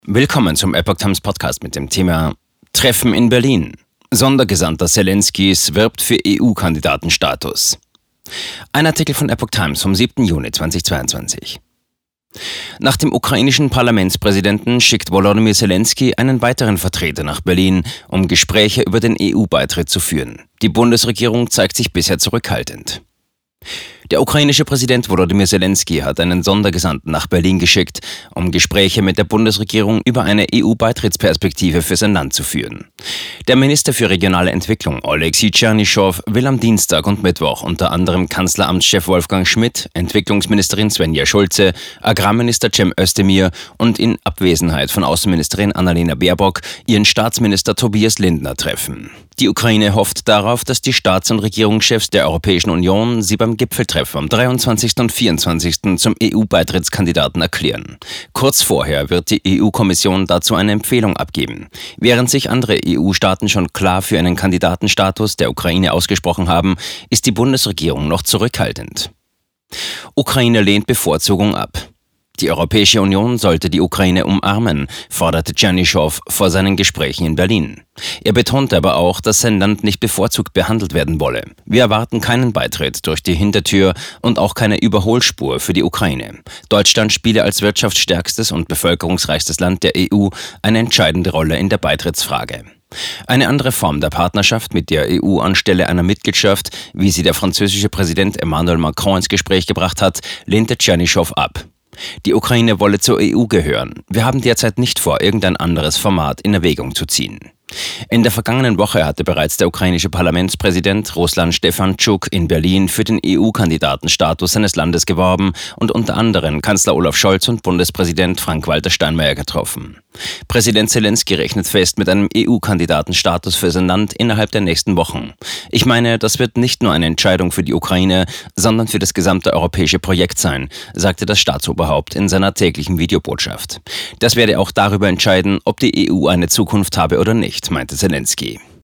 Willkommen zum Epoch Times Podcast mit dem Thema Treffen in Berlin. Sondergesandter Zelenskis wirbt für EU-Kandidatenstatus. Ein Artikel von Epoch Times vom 7. Juni 2022. Nach dem ukrainischen Parlamentspräsidenten schickt Volodymyr Zelensky einen weiteren Vertreter nach Berlin, um Gespräche über den EU-Beitritt zu führen. Die Bundesregierung zeigt sich bisher zurückhaltend. Der ukrainische Präsident Volodymyr Zelensky hat einen Sondergesandten nach Berlin geschickt, um Gespräche mit der Bundesregierung über eine EU-Beitrittsperspektive für sein Land zu führen. Der Minister für regionale Entwicklung, Oleksiy Tschernyschow, will am Dienstag und Mittwoch unter anderem Kanzleramtschef Wolfgang Schmidt, Entwicklungsministerin Svenja Schulze, Agrarminister Cem Özdemir und in Abwesenheit von Außenministerin Annalena Baerbock ihren Staatsminister Tobias Lindner treffen. Die Ukraine hofft darauf, dass die Staats- und Regierungschefs der Europäischen Union sie beim Gipfeltreffen am 23. und 24. zum EU-Beitrittskandidaten erklären. Kurz vorher wird die EU-Kommission dazu eine Empfehlung abgeben. Während sich andere EU-Staaten schon klar für einen Kandidatenstatus der Ukraine ausgesprochen haben, ist die Bundesregierung noch zurückhaltend. Ukraine lehnt Bevorzugung ab. Die Europäische Union sollte die Ukraine umarmen, forderte Tschernyschow vor seinen Gesprächen in Berlin. Er betonte aber auch, dass sein Land nicht bevorzugt behandelt werden wolle. Wir erwarten keinen Beitritt durch die Hintertür und auch keine Überholspur für die Ukraine. Deutschland spiele als wirtschaftsstärkstes und bevölkerungsreichstes Land der EU eine entscheidende Rolle in der Beitrittsfrage. Eine andere Form der Partnerschaft mit der EU anstelle einer Mitgliedschaft, wie sie der französische Präsident Emmanuel Macron ins Gespräch gebracht hat, lehnte Tschernyschow ab. Die Ukraine wolle zur EU gehören. Wir haben derzeit nicht vor, irgendein anderes Format in Erwägung zu ziehen. In der vergangenen Woche hatte bereits der ukrainische Parlamentspräsident Ruslan Stefanschuk in Berlin für den EU-Kandidatenstatus seines Landes geworben und unter anderem Kanzler Olaf Scholz und Bundespräsident Frank-Walter Steinmeier getroffen. Präsident Zelensky rechnet fest mit einem EU-Kandidatenstatus für sein Land innerhalb der nächsten Wochen. Ich meine, das wird nicht nur eine Entscheidung für die Ukraine, sondern für das gesamte europäische Projekt sein, sagte das Staatsoberhaupt in seiner täglichen Videobotschaft. Das werde auch darüber entscheiden, ob die EU eine Zukunft habe oder nicht, meinte Zelensky.